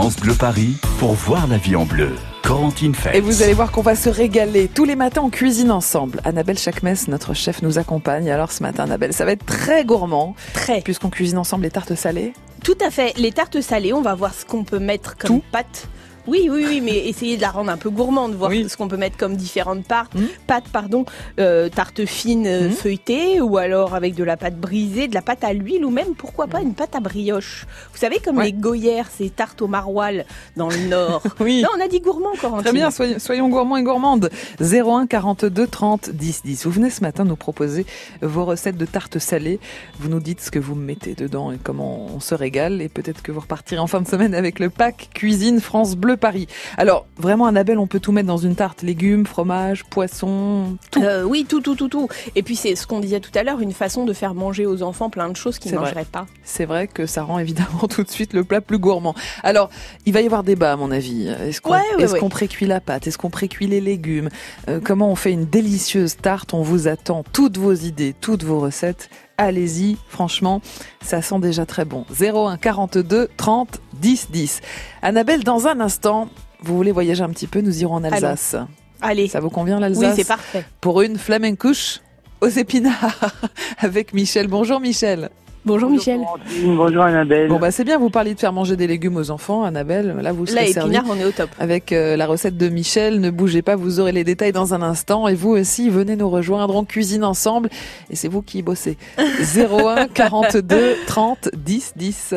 France Bleu Paris pour voir la vie en bleu. Corentine Feltz. Et vous allez voir qu'on va se régaler. Tous les matins, on cuisine ensemble. Annabelle Chakmes, notre chef, nous accompagne. Alors ce matin, Annabelle, ça va être très gourmand. Très. Puisqu'on cuisine ensemble les tartes salées. Tout à fait. Les tartes salées, on va voir ce qu'on peut mettre comme pâte. Oui, mais essayer de la rendre un peu gourmande, voir ce qu'on peut mettre comme différentes pâtes, tarte fine feuilletée, ou alors avec de la pâte brisée, de la pâte à l'huile, ou même, pourquoi pas, une pâte à brioche. Vous savez, comme les goyères, ces tartes au maroilles dans le Nord. Oui. Là, on a dit gourmand, Corentine. Très bien, soyons gourmands et gourmandes. 01 42 30 10 10. Vous venez ce matin nous proposer vos recettes de tartes salées. Vous nous dites ce que vous mettez dedans et comment on se régale. Et peut-être que vous repartirez en fin de semaine avec le pack Cuisine France Bleu Paris. Alors, vraiment, Annabelle, on peut tout mettre dans une tarte. Légumes, fromage, poisson, tout. Oui, tout. Et puis, c'est ce qu'on disait tout à l'heure, une façon de faire manger aux enfants plein de choses qu'ils ne mangeraient pas. C'est vrai que ça rend évidemment tout de suite le plat plus gourmand. Alors, il va y avoir débat, à mon avis. Est-ce qu'on précuit la pâte? Est-ce qu'on précuit les légumes? Comment on fait une délicieuse tarte? On vous attend. Toutes vos idées, toutes vos recettes. Allez-y, franchement, ça sent déjà très bon. 01 42 30 10 10. Annabelle, dans un instant, vous voulez voyager un petit peu, nous irons en Alsace. Allez. Ça vous convient, l'Alsace? Oui, c'est parfait. Pour une flamencouche aux épinards avec Michel. Bonjour Michel. Bonjour Michel. Bonjour Annabelle. Bon c'est bien, vous parliez de faire manger des légumes aux enfants, Annabelle. Là vous serez servi. Épinards, on est au top. Avec la recette de Michel. Ne bougez pas, vous aurez les détails dans un instant. Et vous aussi, venez nous rejoindre. On cuisine ensemble. Et c'est vous qui bossez. 01 42 30 10 10.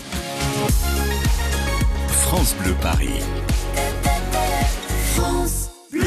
France Bleu Paris. France Bleu.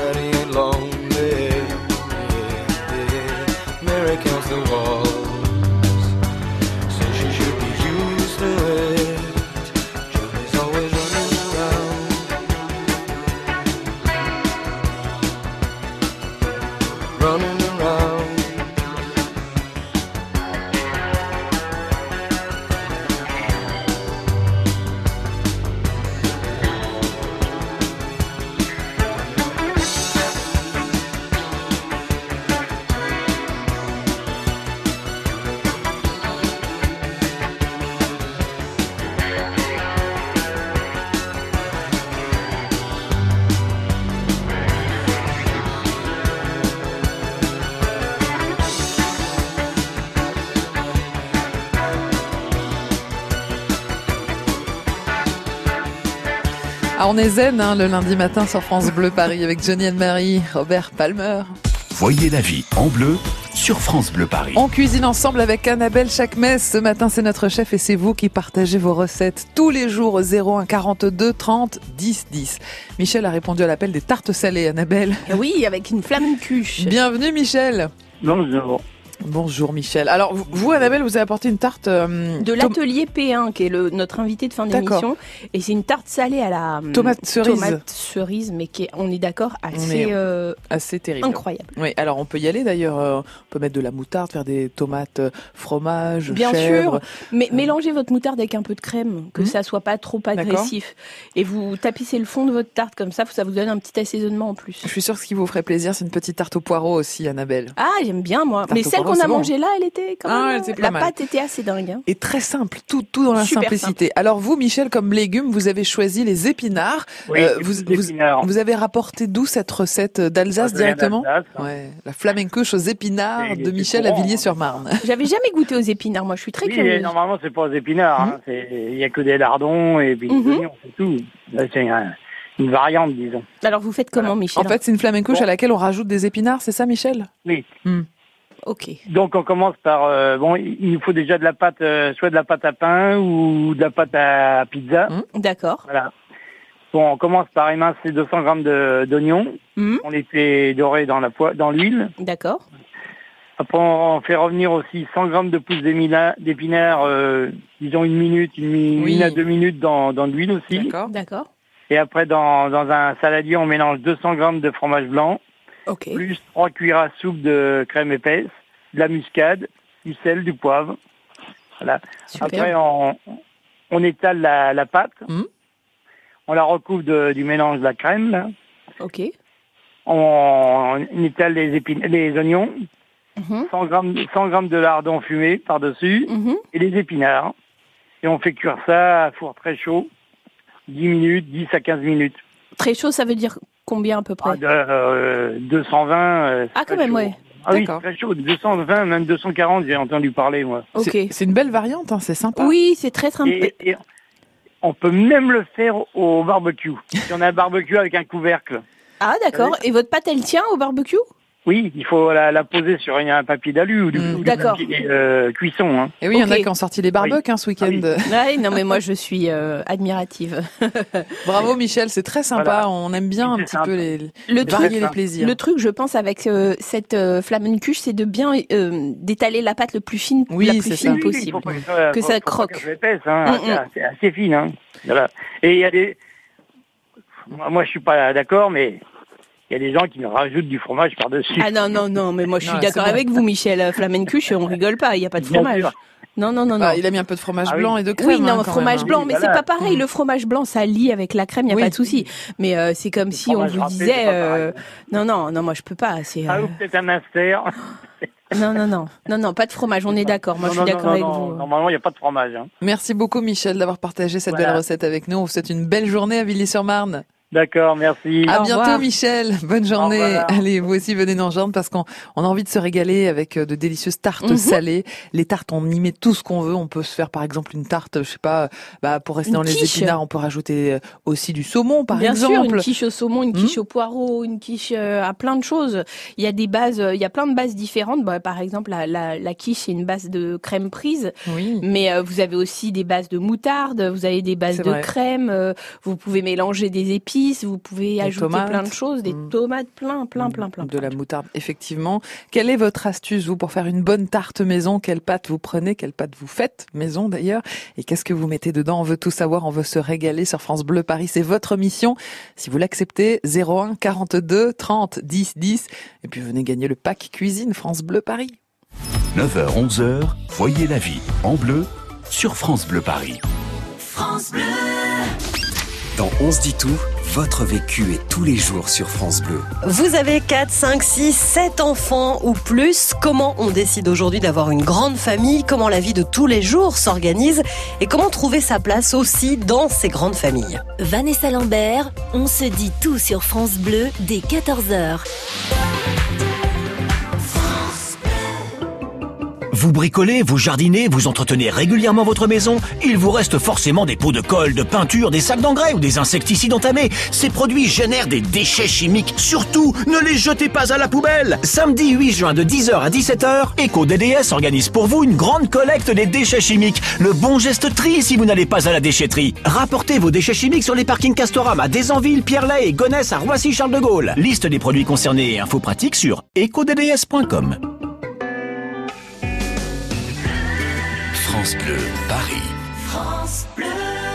Mary counts the wall. Ah, on est zen le lundi matin sur France Bleu Paris avec Johnny and Marie, Robert Palmer. Voyez la vie en bleu sur France Bleu Paris. On cuisine ensemble avec Annabelle Chakmes. Ce matin, c'est notre chef et c'est vous qui partagez vos recettes tous les jours au 01 42 30 10 10. Michel a répondu à l'appel des tartes salées, Annabelle. Oui, avec une flamencuche. Bienvenue Michel. Bonjour. Bonjour Michel. Alors vous Annabelle, vous avez apporté une tarte de l'atelier P1 qui est notre invité de fin d'émission et c'est une tarte salée à la tomate cerise, mais qui est, on est d'accord, assez terrible, incroyable. Oui, alors on peut y aller d'ailleurs, on peut mettre de la moutarde, faire des tomates fromage, bien chèvre. sûr, mais mélangez votre moutarde avec un peu de crème, que ça soit pas trop agressif. Et vous tapissez le fond de votre tarte comme ça vous donne un petit assaisonnement en plus. Je suis sûre que ce qui vous ferait plaisir, c'est une petite tarte au poireau aussi, Annabelle. Ah, j'aime bien moi. Mais celle qu'on a mangée là, elle était quand même... elle était la pâte était assez dingue. Et très simple, tout dans la simplicité. Simple. Alors vous, Michel, comme légumes, vous avez choisi les épinards. Oui, vous avez rapporté d'où cette recette d'Alsace directement? Ouais, la flamencuche aux épinards de Michel à Villiers-sur-Marne. J'avais jamais goûté aux épinards, moi je suis très curieuse. Normalement c'est pas aux épinards, il y a que des lardons et puis des oignons, c'est tout. Là, c'est une variante, disons. Alors vous faites comment, Michel? En fait, c'est une flamencuche à laquelle on rajoute des épinards, c'est ça, Michel? Oui. Ok. Donc on commence par il nous faut déjà de la pâte, soit de la pâte à pain ou de la pâte à pizza. D'accord. Voilà. Bon, on commence par émincer 200 grammes d'oignons. On les fait dorer dans l'huile. D'accord. Après on fait revenir aussi 100 grammes de pousses d'épinards, disons une à 2 minutes dans l'huile aussi. D'accord. Et après dans un saladier on mélange 200 grammes de fromage blanc. Okay. Plus 3 cuillères à soupe de crème épaisse, de la muscade, du sel, du poivre. Voilà. Super. Après, on étale la pâte. On la recouvre du mélange de la crème. Là. Ok. On étale les oignons. 100 grammes de lardons fumés par-dessus. Et les épinards. Et on fait cuire ça à four très chaud. 10 à 15 minutes. Très chaud, ça veut dire combien à peu près? 220. Ah, quand même, ouais. Ah oui, très chaud. 220, même 240, j'ai entendu parler, moi. Ok. C'est une belle variante, c'est sympa. Oui, c'est très sympa. Et on peut même le faire au barbecue. Si on a un barbecue avec un couvercle. Ah, d'accord. Et votre pâte, elle tient au barbecue? Oui, il faut la poser sur un papier d'alu ou du papier cuisson. Hein. Et oui, il y en a qui ont sorti les barbecues ce week-end. Oui, non, mais moi, je suis admirative. Bravo, Michel, c'est très sympa. Voilà. On aime bien un petit peu varier les plaisirs. Le truc, je pense, avec cette flamencuche, c'est de bien d'étaler la pâte le plus fine, possible. Que ça croque. C'est assez fine. Hein. Voilà. Et il y a des... Moi, je suis pas d'accord, mais... Il y a des gens qui nous rajoutent du fromage par-dessus. Ah non, mais moi je suis d'accord avec vous, Michel. Flamencuche, on rigole pas, il n'y a pas de fromage. Non. Ah, il a mis un peu de fromage blanc et de crème. Oui, non, fromage blanc, mais c'est pas pareil. Le fromage blanc, ça lie avec la crème, il n'y a pas de souci. Mais c'est comme si on vous disait... Non, moi je peux pas. Ou peut-être un master. Non, pas de fromage, on est d'accord. Moi je suis d'accord avec vous. Normalement, il n'y a pas de fromage. Hein. Merci beaucoup, Michel, d'avoir partagé cette belle recette avec nous. On vous souhaite une belle journée à Villiers-sur-Marne. D'accord, merci. À bientôt, Michel. Bonne journée. Allez, vous aussi, venez nous rejoindre parce qu'on a envie de se régaler avec de délicieuses tartes salées. Les tartes, on y met tout ce qu'on veut. On peut se faire, par exemple, une tarte, je sais pas, pour rester dans les épinards, on peut rajouter aussi du saumon, par exemple. Bien sûr, une quiche au saumon, une quiche au poireau, une quiche à plein de choses. Il y a plein de bases différentes. Par exemple, la quiche, c'est une base de crème prise. Oui. Mais vous avez aussi des bases de moutarde, vous avez des bases de crème. Vous pouvez mélanger des épices. Vous pouvez ajouter plein de choses, des tomates, plein. De la moutarde, effectivement. Quelle est votre astuce, vous, pour faire une bonne tarte maison? Quelle pâte vous prenez? Quelle pâte vous faites maison, d'ailleurs? Et qu'est-ce que vous mettez dedans? On veut tout savoir, on veut se régaler sur France Bleu Paris. C'est votre mission. Si vous l'acceptez, 01 42 30 10 10. Et puis venez gagner le pack cuisine France Bleu Paris. 9h, 11h, voyez la vie en bleu sur France Bleu Paris. France Bleu. Dans On se dit tout, votre vécu est tous les jours sur France Bleu. Vous avez 4, 5, 6, 7 enfants ou plus. Comment on décide aujourd'hui d'avoir une grande famille? Comment la vie de tous les jours s'organise? Et comment trouver sa place aussi dans ces grandes familles? Vanessa Lambert, On se dit tout sur France Bleu dès 14h. Vous bricolez, vous jardinez, vous entretenez régulièrement votre maison. Il vous reste forcément des pots de colle, de peinture, des sacs d'engrais ou des insecticides entamés. Ces produits génèrent des déchets chimiques. Surtout, ne les jetez pas à la poubelle. Samedi 8 juin de 10h à 17h, EcoDDS organise pour vous une grande collecte des déchets chimiques. Le bon geste tri si vous n'allez pas à la déchetterie. Rapportez vos déchets chimiques sur les parkings Castorama à Désanville, Pierre-Laye et Gonesse à Roissy-Charles de Gaulle. Liste des produits concernés et infos pratiques sur ecodds.com. France Bleu, Paris. France Bleu.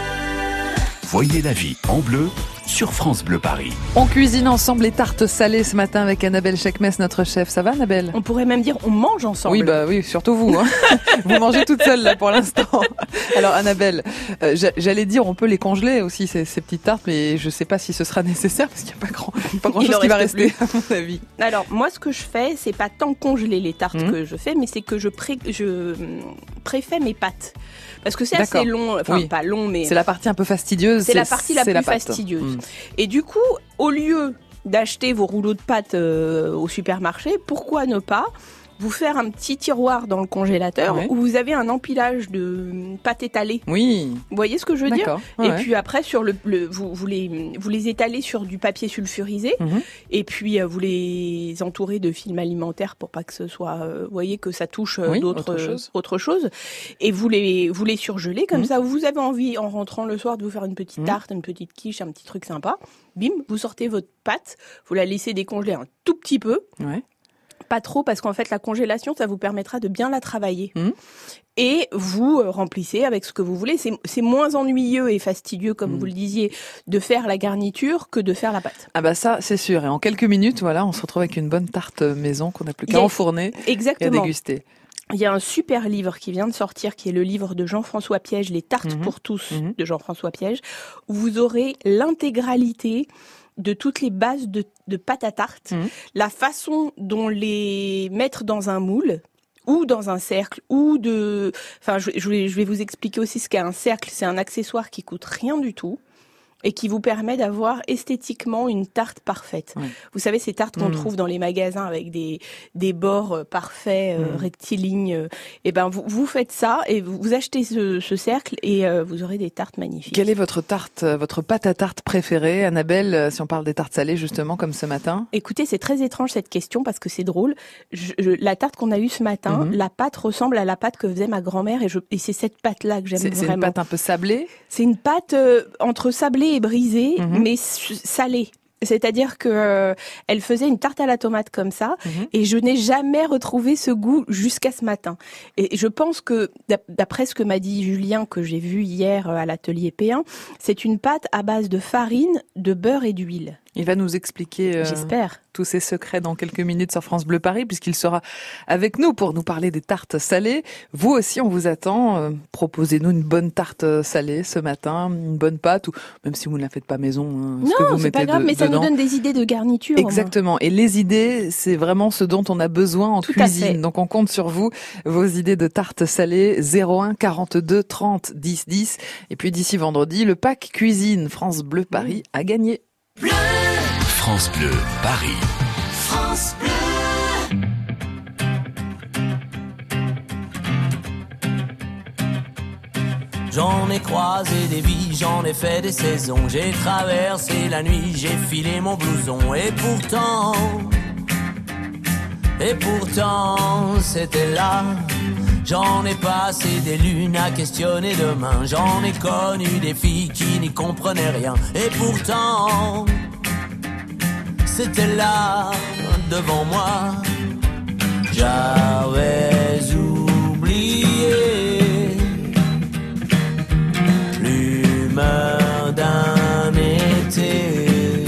Voyez la vie en bleu sur France Bleu Paris. On cuisine ensemble les tartes salées ce matin avec Annabelle Chekmes, notre chef. Ça va, Annabelle? On pourrait même dire on mange ensemble. Oui, surtout vous. Hein. Vous mangez toute seule là pour l'instant. Alors Annabelle, j'allais dire on peut les congeler aussi ces petites tartes, mais je sais pas si ce sera nécessaire parce qu'il n'y a pas grand chose qui va rester à mon avis. Alors moi ce que je fais, c'est pas tant congeler les tartes que je fais, mais c'est que je préfais mes pâtes. Parce que c'est assez long, pas long, mais... C'est la partie un peu fastidieuse. C'est la partie la plus fastidieuse. Et du coup, au lieu d'acheter vos rouleaux de pâtes au supermarché, pourquoi ne pas vous faire un petit tiroir dans le congélateur où vous avez un empilage de pâtes étalées. Oui. Vous voyez ce que je veux dire ? Ouais. Et puis après, sur vous les étalez sur du papier sulfurisé et puis vous les entourez de film alimentaire pour pas que ce soit, vous voyez, que ça touche autre chose. Et vous les surgelez comme ça. Vous avez envie, en rentrant le soir, de vous faire une petite tarte, une petite quiche, un petit truc sympa. Bim, vous sortez votre pâte, vous la laissez décongeler un tout petit peu. Ouais. Pas trop, parce qu'en fait, la congélation, ça vous permettra de bien la travailler. Et vous remplissez avec ce que vous voulez. C'est moins ennuyeux et fastidieux, comme vous le disiez, de faire la garniture que de faire la pâte. Ah bah ça, c'est sûr. Et en quelques minutes, voilà, on se retrouve avec une bonne tarte maison qu'on n'a plus qu'à enfourner et à déguster. Il y a un super livre qui vient de sortir, qui est le livre de Jean-François Piège, Les tartes pour tous, de Jean-François Piège, où vous aurez l'intégralité de toutes les bases de pâte à tarte, la façon dont les mettre dans un moule ou dans un cercle je vais vous expliquer aussi ce qu'est un cercle. C'est un accessoire qui coûte rien du tout et qui vous permet d'avoir esthétiquement une tarte parfaite. Vous savez, ces tartes qu'on trouve dans les magasins avec des bords parfaits, rectilignes. Et ben, vous faites ça et vous achetez ce cercle et vous aurez des tartes magnifiques. Quelle est votre pâte à tarte préférée, Annabelle, si on parle des tartes salées justement comme ce matin? Écoutez, c'est très étrange cette question parce que c'est drôle. La tarte qu'on a eue ce matin, la pâte ressemble à la pâte que faisait ma grand-mère et c'est cette pâte-là que j'aime vraiment. C'est une pâte un peu sablée? C'est une pâte entre sablée et brisée, mais salée. C'est-à-dire que elle faisait une tarte à la tomate comme ça, et je n'ai jamais retrouvé ce goût jusqu'à ce matin. Et je pense que, d'après ce que m'a dit Julien, que j'ai vu hier à l'atelier P1, c'est une pâte à base de farine, de beurre et d'huile. Il va nous expliquer tous ses secrets dans quelques minutes sur France Bleu Paris, puisqu'il sera avec nous pour nous parler des tartes salées. Vous aussi, on vous attend. Proposez-nous une bonne tarte salée ce matin, une bonne pâte, ou même si vous ne la faites pas maison. Non, c'est pas grave, mais ça nous donne des idées de garniture. Exactement. Et les idées, c'est vraiment ce dont on a besoin en cuisine. Donc on compte sur vous, vos idées de tartes salées, 01 42 30 10 10. Et puis d'ici vendredi, le pack cuisine France Bleu Paris a gagné. Bleu. France Bleu, Paris. France Bleu. J'en ai croisé des vies, j'en ai fait des saisons. J'ai traversé la nuit, j'ai filé mon blouson. Et pourtant, c'était là. J'en ai passé des lunes à questionner demain. J'en ai connu des filles qui n'y comprenaient rien. Et pourtant, c'était là, devant moi. J'avais oublié l'humeur d'un été.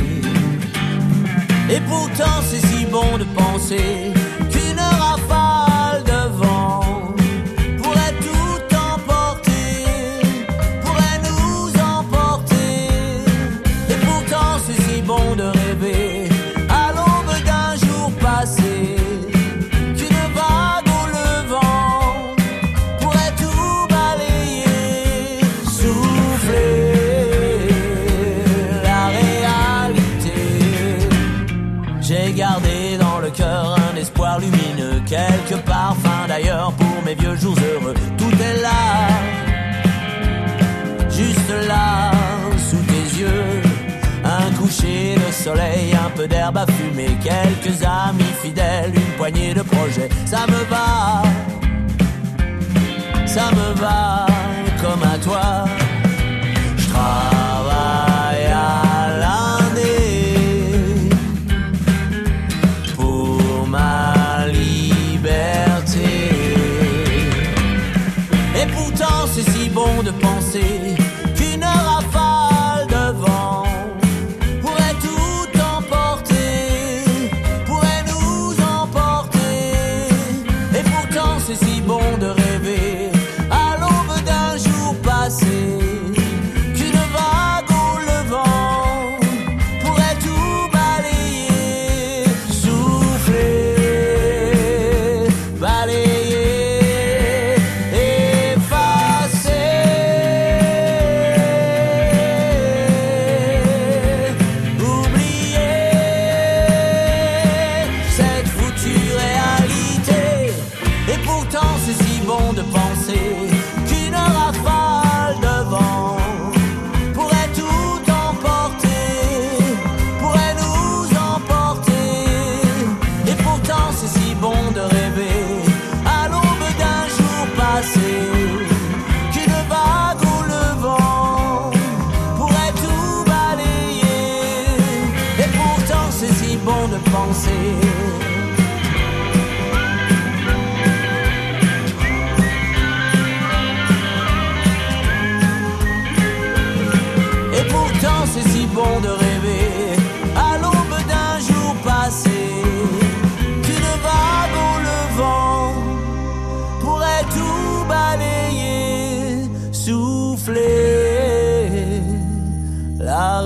Et pourtant, c'est si bon de penser qu'une rafale de vent pourrait tout emporter, pourrait nous emporter. Et pourtant, c'est si bon de rêver à l'aube d'un jour passé qu'une vague au levant pourrait tout balayer, souffler la réalité. J'ai gardé dans le cœur un peu d'herbe à fumer, quelques amis fidèles, une poignée de projets. Ça me va comme à toi. Je travaille à l'année pour ma liberté. Et pourtant c'est si bon de penser qu'une rafale de vent pourrait tout emporter, pourrait nous emporter. Et pourtant c'est si bon de rêver à l'aube d'un jour passé qu'une vague au levant pourrait tout balayer, souffler, balayer, effacer, oublier cette foutue réalité. Et pourtant c'est si bon de penser qu'une rafale de vent pourrait tout emporter, pourrait nous emporter. Et pourtant c'est si bon de rêver à l'aube d'un jour passé qu'une vague au levant pourrait tout balayer. Et pourtant c'est si bon de penser. Et pourtant c'est si bon de rêver à l'aube d'un jour passé qu'une vague au levant pourrait tout balayer, souffler la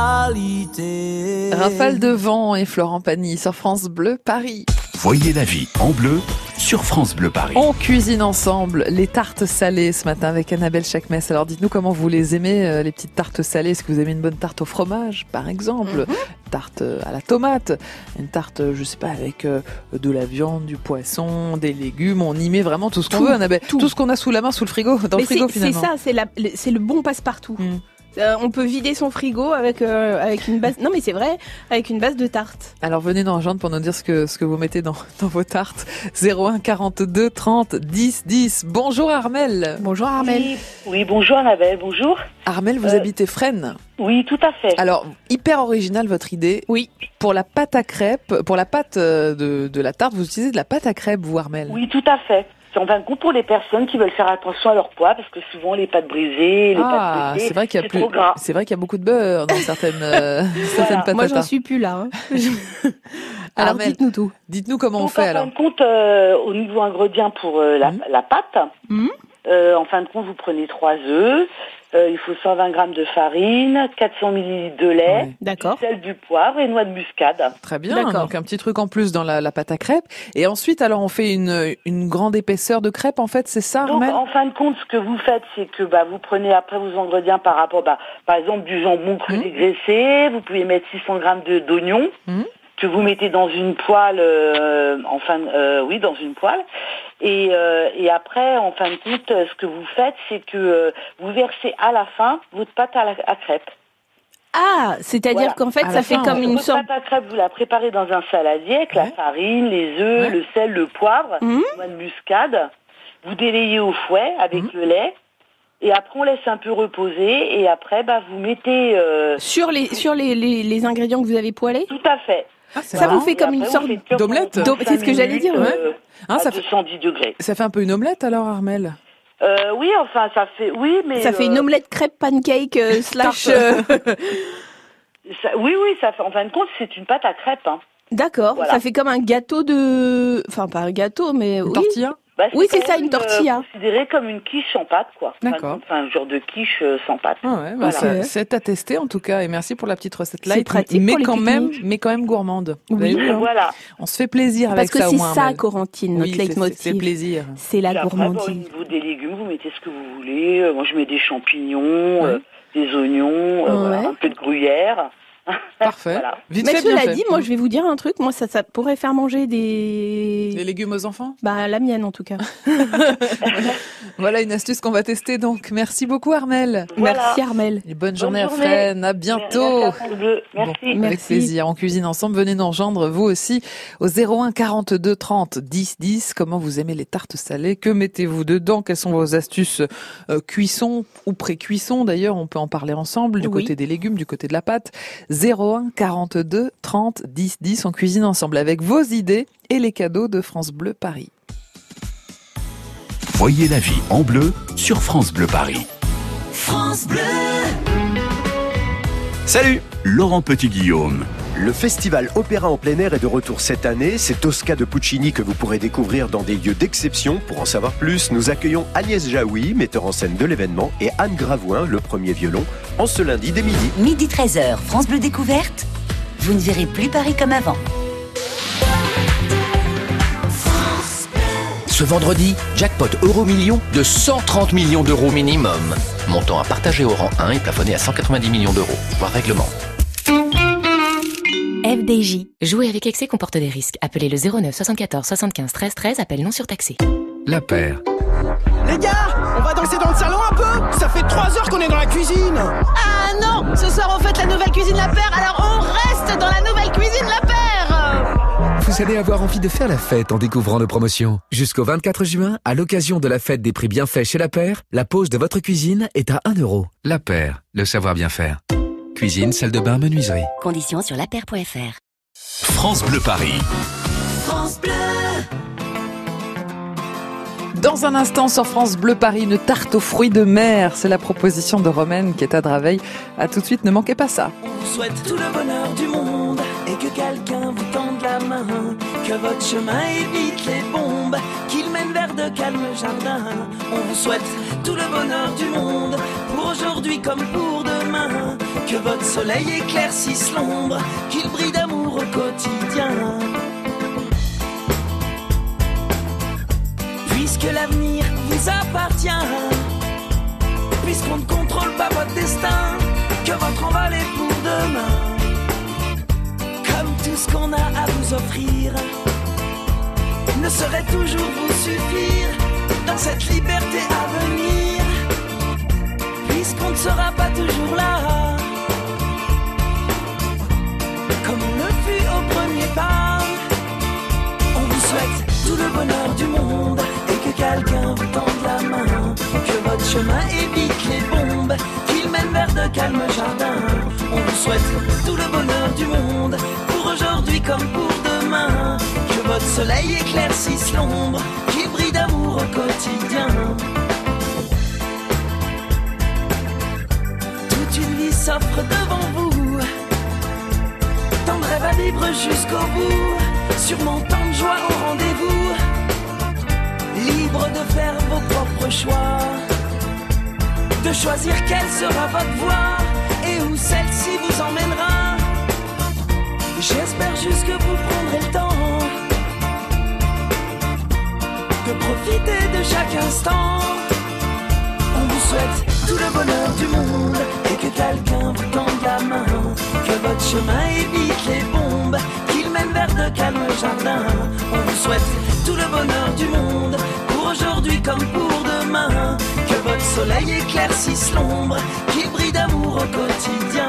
réalité. Rafale de vent et Florent Pagny sur France Bleu Paris. Voyez la vie en bleu sur France Bleu Paris. On cuisine ensemble les tartes salées ce matin avec Annabelle Chakmes. Alors dites-nous comment vous les aimez, les petites tartes salées. Est-ce que vous aimez une bonne tarte au fromage, par exemple, tarte à la tomate, une tarte, je sais pas, avec de la viande, du poisson, des légumes. On y met vraiment tout ce qu'on veut, Annabelle. Tout ce qu'on a sous la main, sous le frigo, dans le frigo finalement. C'est ça, c'est le bon passe-partout. On peut vider son frigo avec une base. Non mais c'est vrai, avec une base de tarte. Alors venez nous rejoindre pour nous dire ce que vous mettez dans vos tartes. 01 42 30 10 10. Bonjour Armelle. Bonjour Armelle. Oui, bonjour Annabelle, bonjour. Armelle, vous habitez Fresnes. Oui, tout à fait. Alors hyper original votre idée. Oui. Pour la pâte à crêpes, pour la pâte de la tarte, vous utilisez de la pâte à crêpes, vous Armelle. Oui, tout à fait. C'est en fin de compte pour les personnes qui veulent faire attention à leur poids, parce que souvent les pâtes brisées, les pâtes brisées, c'est vrai qu'il y a trop gras. C'est vrai qu'il y a beaucoup de beurre dans certaines certaines pâtes à tarte. Moi, j'en suis plus là. Alors, Armelle, dites-nous tout. Dites-nous comment Donc, on fait alors. En fin de compte, au niveau ingrédients pour la pâte, en fin de compte, vous prenez 3 œufs, il faut 120 grammes de farine, 400 ml de lait, du sel, du poivre et noix de muscade. Très bien, donc un petit truc en plus dans la pâte à crêpes. Et ensuite, alors, on fait une grande épaisseur de crêpes, en fait, c'est ça, Donc, Armelle ? en fin de compte, ce que vous faites, c'est que vous prenez après vos ingrédients par rapport, par exemple, du jambon cru dégraissé, vous pouvez mettre 600 grammes d'oignons, que vous mettez dans une poêle, dans une poêle. Et après, en fin de compte, ce que vous faites, c'est que vous versez à la fin votre pâte à crêpes. Ah, c'est-à-dire qu'en fait, ça fait comme une sorte... Votre pâte à crêpes, vous la préparez dans un saladier avec la farine, les œufs, le sel, le poivre, noix de muscade. Vous délayez au fouet avec le lait. Et après, on laisse un peu reposer. Et après, vous mettez... Sur les ingrédients que vous avez poêlés ? Tout à fait. Ça vous fait comme une sorte d'omelette. C'est ce que j'allais dire. À 210 degrés. Ça fait un peu une omelette alors, Armelle ? Oui, enfin, ça fait... Oui, mais... Ça fait une omelette crêpe pancake slash... Oui, ça fait... En fin de compte, c'est une pâte à crêpes. D'accord. Voilà. Ça fait comme un gâteau de... Enfin, pas un gâteau, mais... Une tortilla ? Oui, c'est ça, une tortilla. Considéré comme une quiche sans pâte, quoi. D'accord. Enfin, un genre de quiche sans pâte. C'est à tester en tout cas, et merci pour la petite recette light, pratique mais quand même gourmande. Oui, voilà. On se fait plaisir avec ça au moins. Parce que c'est ça, Corentine, notre leitmotiv. C'est plaisir. C'est la gourmandise. Au niveau des légumes, vous mettez ce que vous voulez. Moi, je mets des champignons, des oignons, un peu de gruyère. Parfait. Voilà. Mais cela dit, moi je vais vous dire un truc, moi ça pourrait faire manger des légumes aux enfants. Bah la mienne en tout cas. Voilà une astuce qu'on va tester donc. Merci beaucoup Armelle. Voilà. Merci Armelle. Et bonne journée à Fresnes, à bientôt. Merci. Bon, avec plaisir, on cuisine ensemble, venez nous rejoindre vous aussi au 01 42 30 10 10. Comment vous aimez les tartes salées? Que mettez-vous dedans? Quelles sont vos astuces cuisson ou pré-cuisson? D'ailleurs, on peut en parler ensemble du côté des légumes, du côté de la pâte. 01 42 30 10 10. On cuisine ensemble avec vos idées et les cadeaux de France Bleu Paris. Voyez la vie en bleu sur France Bleu Paris. France Bleu. Salut, Laurent Petit-Guillaume. Le festival Opéra en plein air est de retour cette année. C'est Tosca de Puccini que vous pourrez découvrir dans des lieux d'exception. Pour en savoir plus, nous accueillons Agnès Jaoui, metteur en scène de l'événement, et Anne Gravoin, le premier violon, en ce lundi dès midi. Midi 13h, France Bleu Découverte. Vous ne verrez plus Paris comme avant. Ce vendredi, jackpot Euro-Million de 130 millions d'euros minimum. Montant à partager au rang 1 et plafonné à 190 millions d'euros. Voir règlement. FDJ. Jouer avec excès comporte des risques. Appelez le 09 74 75 13 13. Appel non surtaxé. La Paire. Les gars, on va danser dans le salon un peu? Ça fait 3 heures qu'on est dans la cuisine. Ah non, ce soir on fête la nouvelle cuisine La Paire, alors on reste dans la nouvelle cuisine La Paire. Vous allez avoir envie de faire la fête en découvrant nos promotions. Jusqu'au 24 juin, à l'occasion de la fête des prix bien faits chez La Paire, la pause de votre cuisine est à 1 €. La Paire, le savoir bien faire. Cuisine, salle de bain, menuiserie. Conditions sur lapaire.fr. France Bleu Paris. France Bleu. Dans un instant sur France Bleu Paris, une tarte aux fruits de mer. C'est la proposition de Romaine qui est à Draveil. À tout de suite, ne manquez pas ça. On vous souhaite tout le bonheur du monde et que quelqu'un vous tende la main. Que votre chemin évite les bombes, qu'il mène vers de calmes jardins. On vous souhaite tout le bonheur du monde, pour aujourd'hui comme pour demain. Que votre soleil éclaircisse l'ombre, qu'il brille d'amour au quotidien. Puisque l'avenir vous appartient, puisqu'on ne contrôle pas votre destin, que votre envol est pour demain. Comme tout ce qu'on a à vous offrir ne saurait toujours vous suffire dans cette liberté à venir, puisqu'on ne sera pas toujours là, comme on le fut au premier pas. On vous souhaite tout le bonheur du monde et que quelqu'un vous tende la main. Que votre chemin évite les bombes, qu'il mène vers de calmes jardins. On vous souhaite tout le bonheur du monde, pour aujourd'hui comme pour demain. Que votre soleil éclaircisse l'ombre, qu'il brille d'amour au quotidien. Toute une vie s'offre devant vous, tant de rêves à vivre jusqu'au bout, sûrement tant de joie au rendez-vous. Libre de faire vos propres choix, de choisir quelle sera votre voie et où celle-ci vous emmènera. J'espère juste que vous prendrez le temps de profiter de chaque instant. On vous souhaite tout le bonheur du monde et que quelqu'un vous tende la main. Que votre chemin évite les bombes, qu'il mène vers de calmes jardins. On vous souhaite tout le bonheur du monde, pour aujourd'hui comme pour demain. Que votre soleil éclaircisse l'ombre, qu'il brille d'amour au quotidien.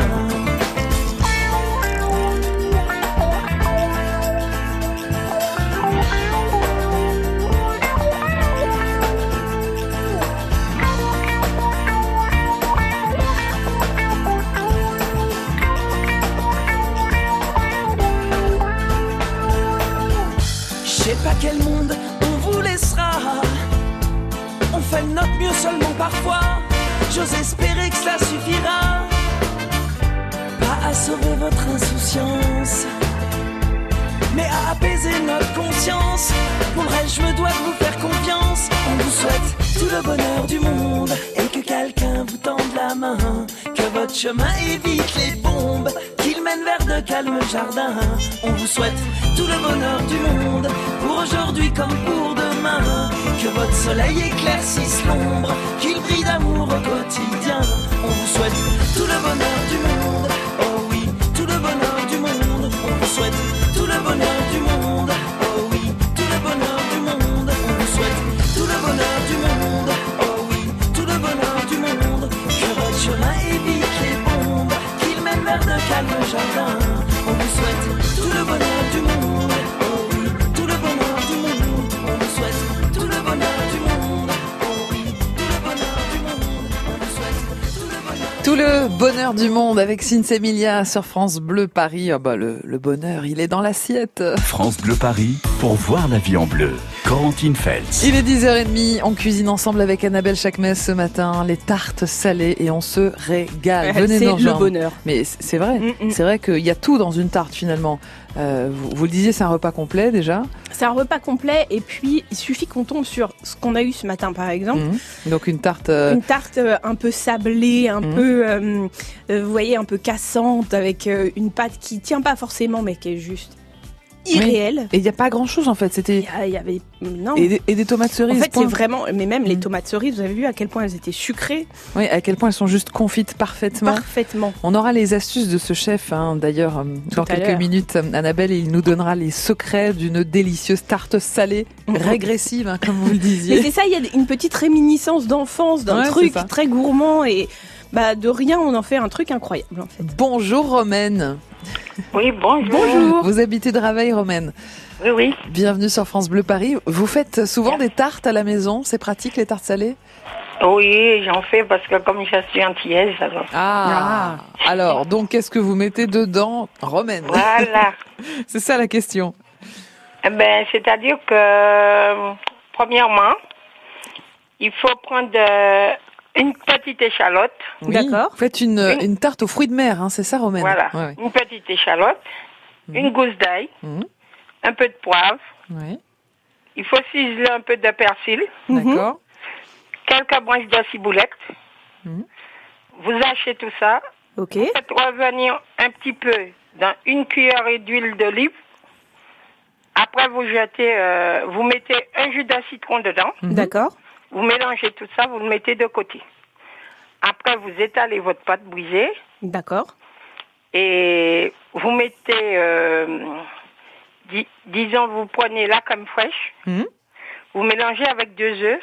Je sais pas quel monde on vous laissera, on fait de notre mieux seulement parfois. J'ose espérer que cela suffira, pas à sauver votre insouciance, mais à apaiser notre conscience. Pour le reste, je me dois de vous faire confiance. On vous souhaite tout le bonheur du monde et que quelqu'un vous tende la main. Que votre chemin évite les bombes, qu'il mène vers de calmes jardins. On vous souhaite tout le bonheur du monde, pour aujourd'hui comme pour demain. Que votre soleil éclaircisse l'ombre, qu'il brille d'amour au quotidien. On vous souhaite tout le bonheur du monde, oh oui, tout le calme jardin. On vous souhaite tout le bonheur du monde. Oh oui, tout le bonheur du monde. On vous souhaite tout le bonheur du monde. Oh oui, tout le bonheur du monde. On vous souhaite tout le bonheur. Tout le bonheur du monde avec Sinsemilia sur France Bleu Paris. Ah bah le bonheur, il est dans l'assiette. France Bleu Paris pour voir la vie en bleu. Corentine Feltz. Il est 10h30, on cuisine ensemble avec Annabelle Chakmes ce matin, les tartes salées et on se régale. Venez nous rejoindre. C'est le bonheur. Mais c'est vrai, c'est vrai qu'il y a tout dans une tarte finalement. Vous le disiez, c'est un repas complet déjà. C'est un repas complet et puis il suffit qu'on tombe sur ce qu'on a eu ce matin par exemple. Donc une tarte un peu sablée, un peu, vous voyez, un peu cassante avec une pâte qui tient pas forcément mais qui est juste irréel. Oui. Et il n'y a pas grand chose en fait. C'était. Il y avait non. Et des tomates cerises. En fait, c'est vraiment. Mais même les tomates cerises, vous avez vu à quel point elles étaient sucrées. Oui, à quel point elles sont juste confites parfaitement. Parfaitement. On aura les astuces de ce chef. D'ailleurs, dans quelques minutes, Annabelle, il nous donnera les secrets d'une délicieuse tarte salée régressive, comme vous le disiez. Mais c'est ça. Il y a une petite réminiscence d'enfance, d'un truc très gourmand et. De rien, on en fait un truc incroyable en fait. Bonjour Romaine. Oui, bonjour. Bonjour. Vous habitez Draveil, Romaine. Oui, oui. Bienvenue sur France Bleu Paris. Vous faites souvent des tartes à la maison, c'est pratique les tartes salées ? Oui, j'en fais parce que comme je suis antillaise, alors. Alors, donc qu'est-ce que vous mettez dedans, Romaine ? Voilà. C'est ça la question. C'est-à-dire que, premièrement, il faut prendre une petite échalote. Oui. D'accord. Vous faites une tarte aux fruits de mer, c'est ça, Romaine ? Voilà. Ouais. Une petite échalote, une gousse d'ail, un peu de poivre. Oui. Il faut ciseler un peu de persil. D'accord. Quelques branches de ciboulette. Vous hachez tout ça. Ok. Vous faites revenir un petit peu dans une cuillerée d'huile d'olive. Après, vous mettez un jus de citron dedans. D'accord. Vous mélangez tout ça, vous le mettez de côté. Après, vous étalez votre pâte brisée. D'accord. Et vous mettez, disons, vous prenez la crème fraîche. Vous mélangez avec 2 œufs.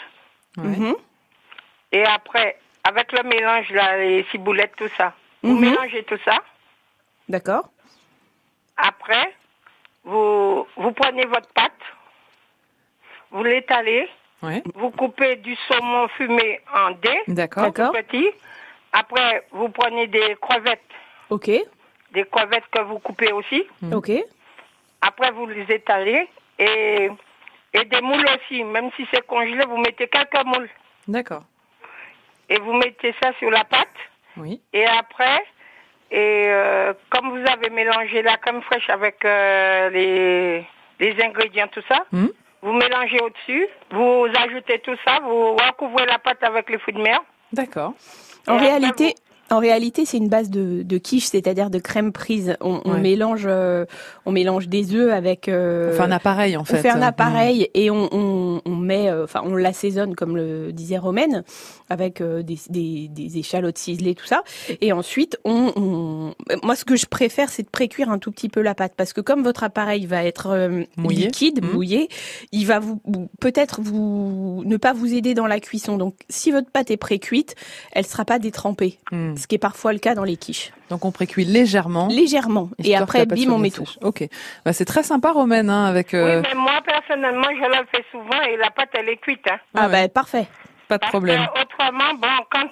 Et après, avec le mélange, là, les ciboulettes, tout ça, vous mélangez tout ça. D'accord. Après, vous prenez votre pâte, vous l'étalez. Ouais. Vous coupez du saumon fumé en dés. D'accord. Petit. Après, vous prenez des crevettes. Ok. Des crevettes que vous coupez aussi. Ok. Après, vous les étalez. Et des moules aussi. Même si c'est congelé, vous mettez quelques moules. D'accord. Et vous mettez ça sur la pâte. Oui. Et après, comme vous avez mélangé la crème fraîche avec les ingrédients, tout ça, vous mélangez au-dessus, vous ajoutez tout ça, vous recouvrez la pâte avec les fruits de mer. D'accord. En réalité, c'est une base de quiche, c'est-à-dire de crème prise. On mélange des œufs avec. On fait un appareil en fait. On fait un appareil et on met, on l'assaisonne comme le disait Romaine, avec des échalotes ciselées, tout ça. Et ensuite, moi, ce que je préfère, c'est de précuire un tout petit peu la pâte, parce que comme votre appareil va être liquide, mouillé, il va peut-être ne pas vous aider dans la cuisson. Donc, si votre pâte est précuite, elle sera pas détrempée. Ce qui est parfois le cas dans les quiches. Donc on précuit légèrement. Et après, bim, on met tout. Ok. C'est très sympa, Romaine, avec. Oui, mais moi personnellement, je le fais souvent et la pâte elle est cuite. Parfait. Pas de problème. Autrement,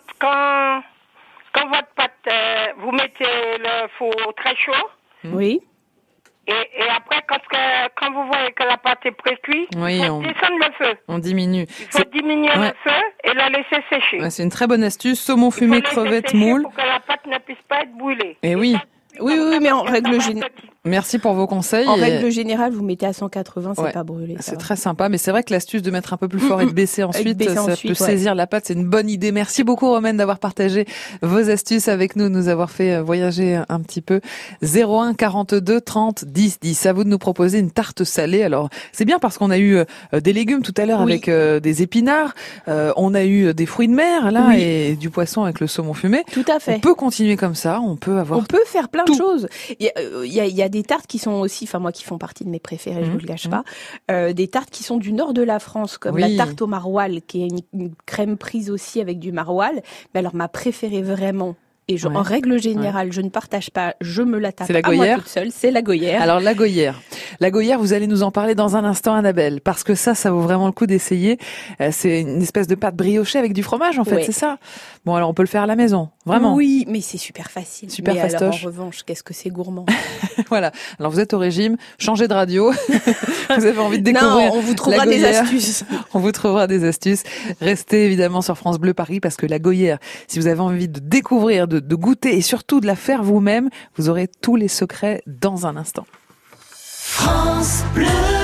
quand votre pâte, vous mettez le four très chaud. Oui. Et après, quand vous voyez que la pâte est précuite, il faut descendre le feu. On diminue. Il faut diminuer le feu et la laisser sécher. C'est une très bonne astuce. Saumon fumé, crevettes, moules. Pour que la pâte ne puisse pas être brûlée. Et oui. Oui, mais en règle générale. Merci pour vos conseils. En règle générale, vous mettez à 180, c'est pas brûlé. C'est très sympa, mais c'est vrai que l'astuce de mettre un peu plus fort et de baisser ensuite, ça peut saisir la pâte, c'est une bonne idée. Merci beaucoup, Romaine, d'avoir partagé vos astuces avec nous, nous avoir fait voyager un petit peu. 01 42 30 10 10. À vous de nous proposer une tarte salée. Alors, c'est bien parce qu'on a eu des légumes tout à l'heure avec des épinards, on a eu des fruits de mer, là, et du poisson avec le saumon fumé. Tout à fait. On peut continuer comme ça, on peut faire plein de choses. Il y a des tartes qui sont aussi, enfin moi qui font partie de mes préférées, je vous le cache pas, des tartes qui sont du nord de la France, comme la tarte au maroilles, qui est une crème prise aussi avec du maroilles. Mais alors ma préférée vraiment, Et en règle générale, je ne partage pas, je me la tape à moi toute seule. C'est la Goyère. Alors la Goyère. La Goyère, vous allez nous en parler dans un instant, Annabelle, parce que ça vaut vraiment le coup d'essayer. C'est une espèce de pâte briochée avec du fromage, en fait, c'est ça? Bon, alors on peut le faire à la maison, vraiment. Oui, mais c'est super facile. Super mais fastoche. Alors, en revanche, qu'est-ce que c'est gourmand. Voilà. Alors vous êtes au régime, changez de radio. Vous avez envie de découvrir. Non, on vous trouvera des astuces. On vous trouvera des astuces. Restez évidemment sur France Bleu Paris, parce que la Goyère, si vous avez envie de découvrir, de goûter et surtout de la faire vous-même, vous aurez tous les secrets dans un instant. France Bleu.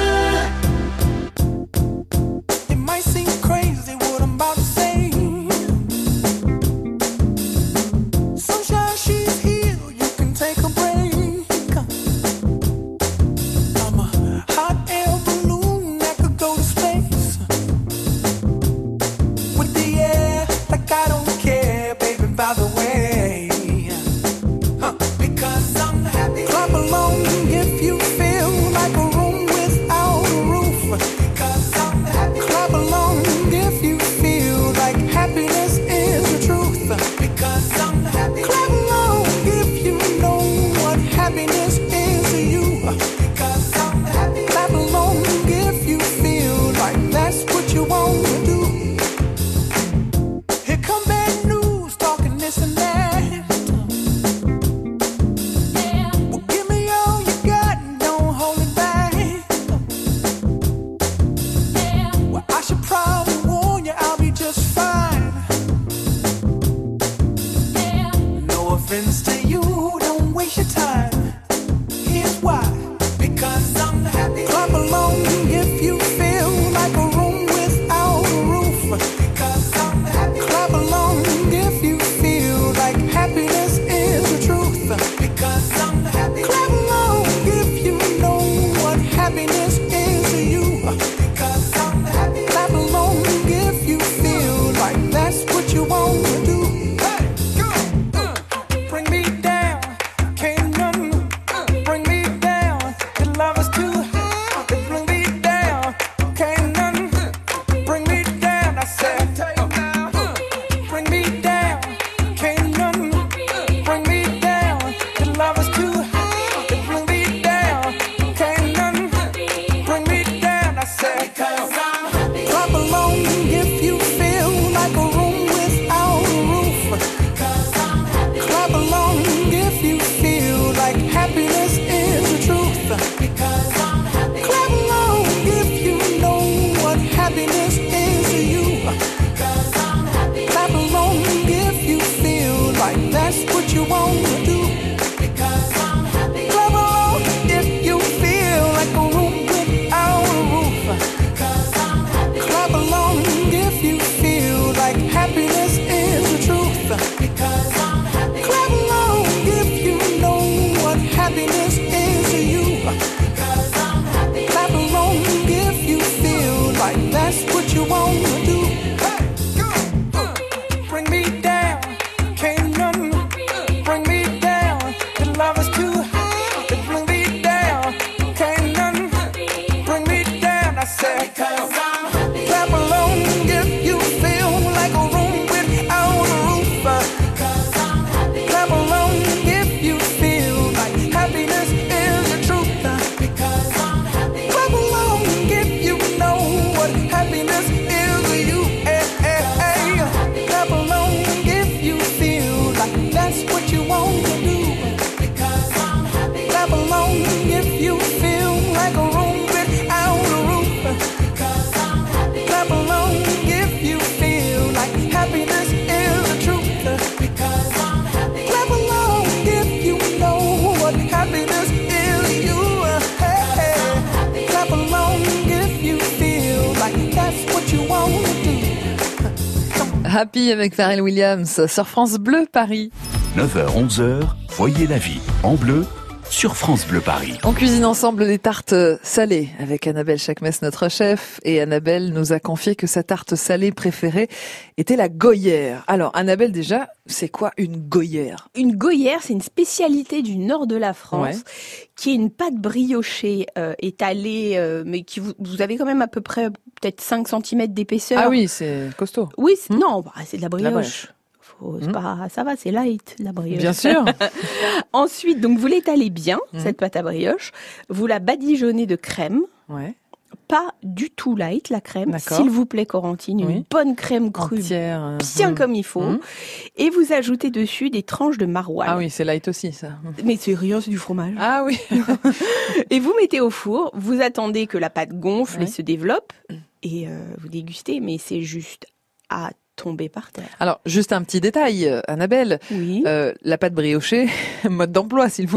Happy avec Pharrell Williams sur France Bleu Paris. 9h-11h, voyez la vie en bleu sur France Bleu Paris. On cuisine ensemble des tartes salées avec Annabelle Chakmes, notre chef. Et Annabelle nous a confié que sa tarte salée préférée était la Goyère. Alors Annabelle, déjà, c'est quoi une Goyère? Une Goyère, c'est une spécialité du nord de la France, qui est une pâte briochée étalée, mais qui vous avez quand même à peu près peut-être 5 cm d'épaisseur. Ah oui, c'est costaud. Oui, non, c'est de la brioche. Ça va, c'est light, la brioche. Bien sûr. Ensuite, donc, vous l'étalez bien, cette pâte à brioche. Vous la badigeonnez de crème. Ouais. Pas du tout light, la crème. S'il vous plaît, Corentine, une bonne crème crue, entière, bien comme il faut. Et vous ajoutez dessus des tranches de maroilles. Ah oui, c'est light aussi, ça. Mais c'est rien, c'est du fromage. Ah oui. Et vous mettez au four, vous attendez que la pâte gonfle et se développe, et vous dégustez, mais c'est juste à tomber par terre. Alors, juste un petit détail, Annabelle. Oui. La pâte briochée, mode d'emploi, s'il vous plaît.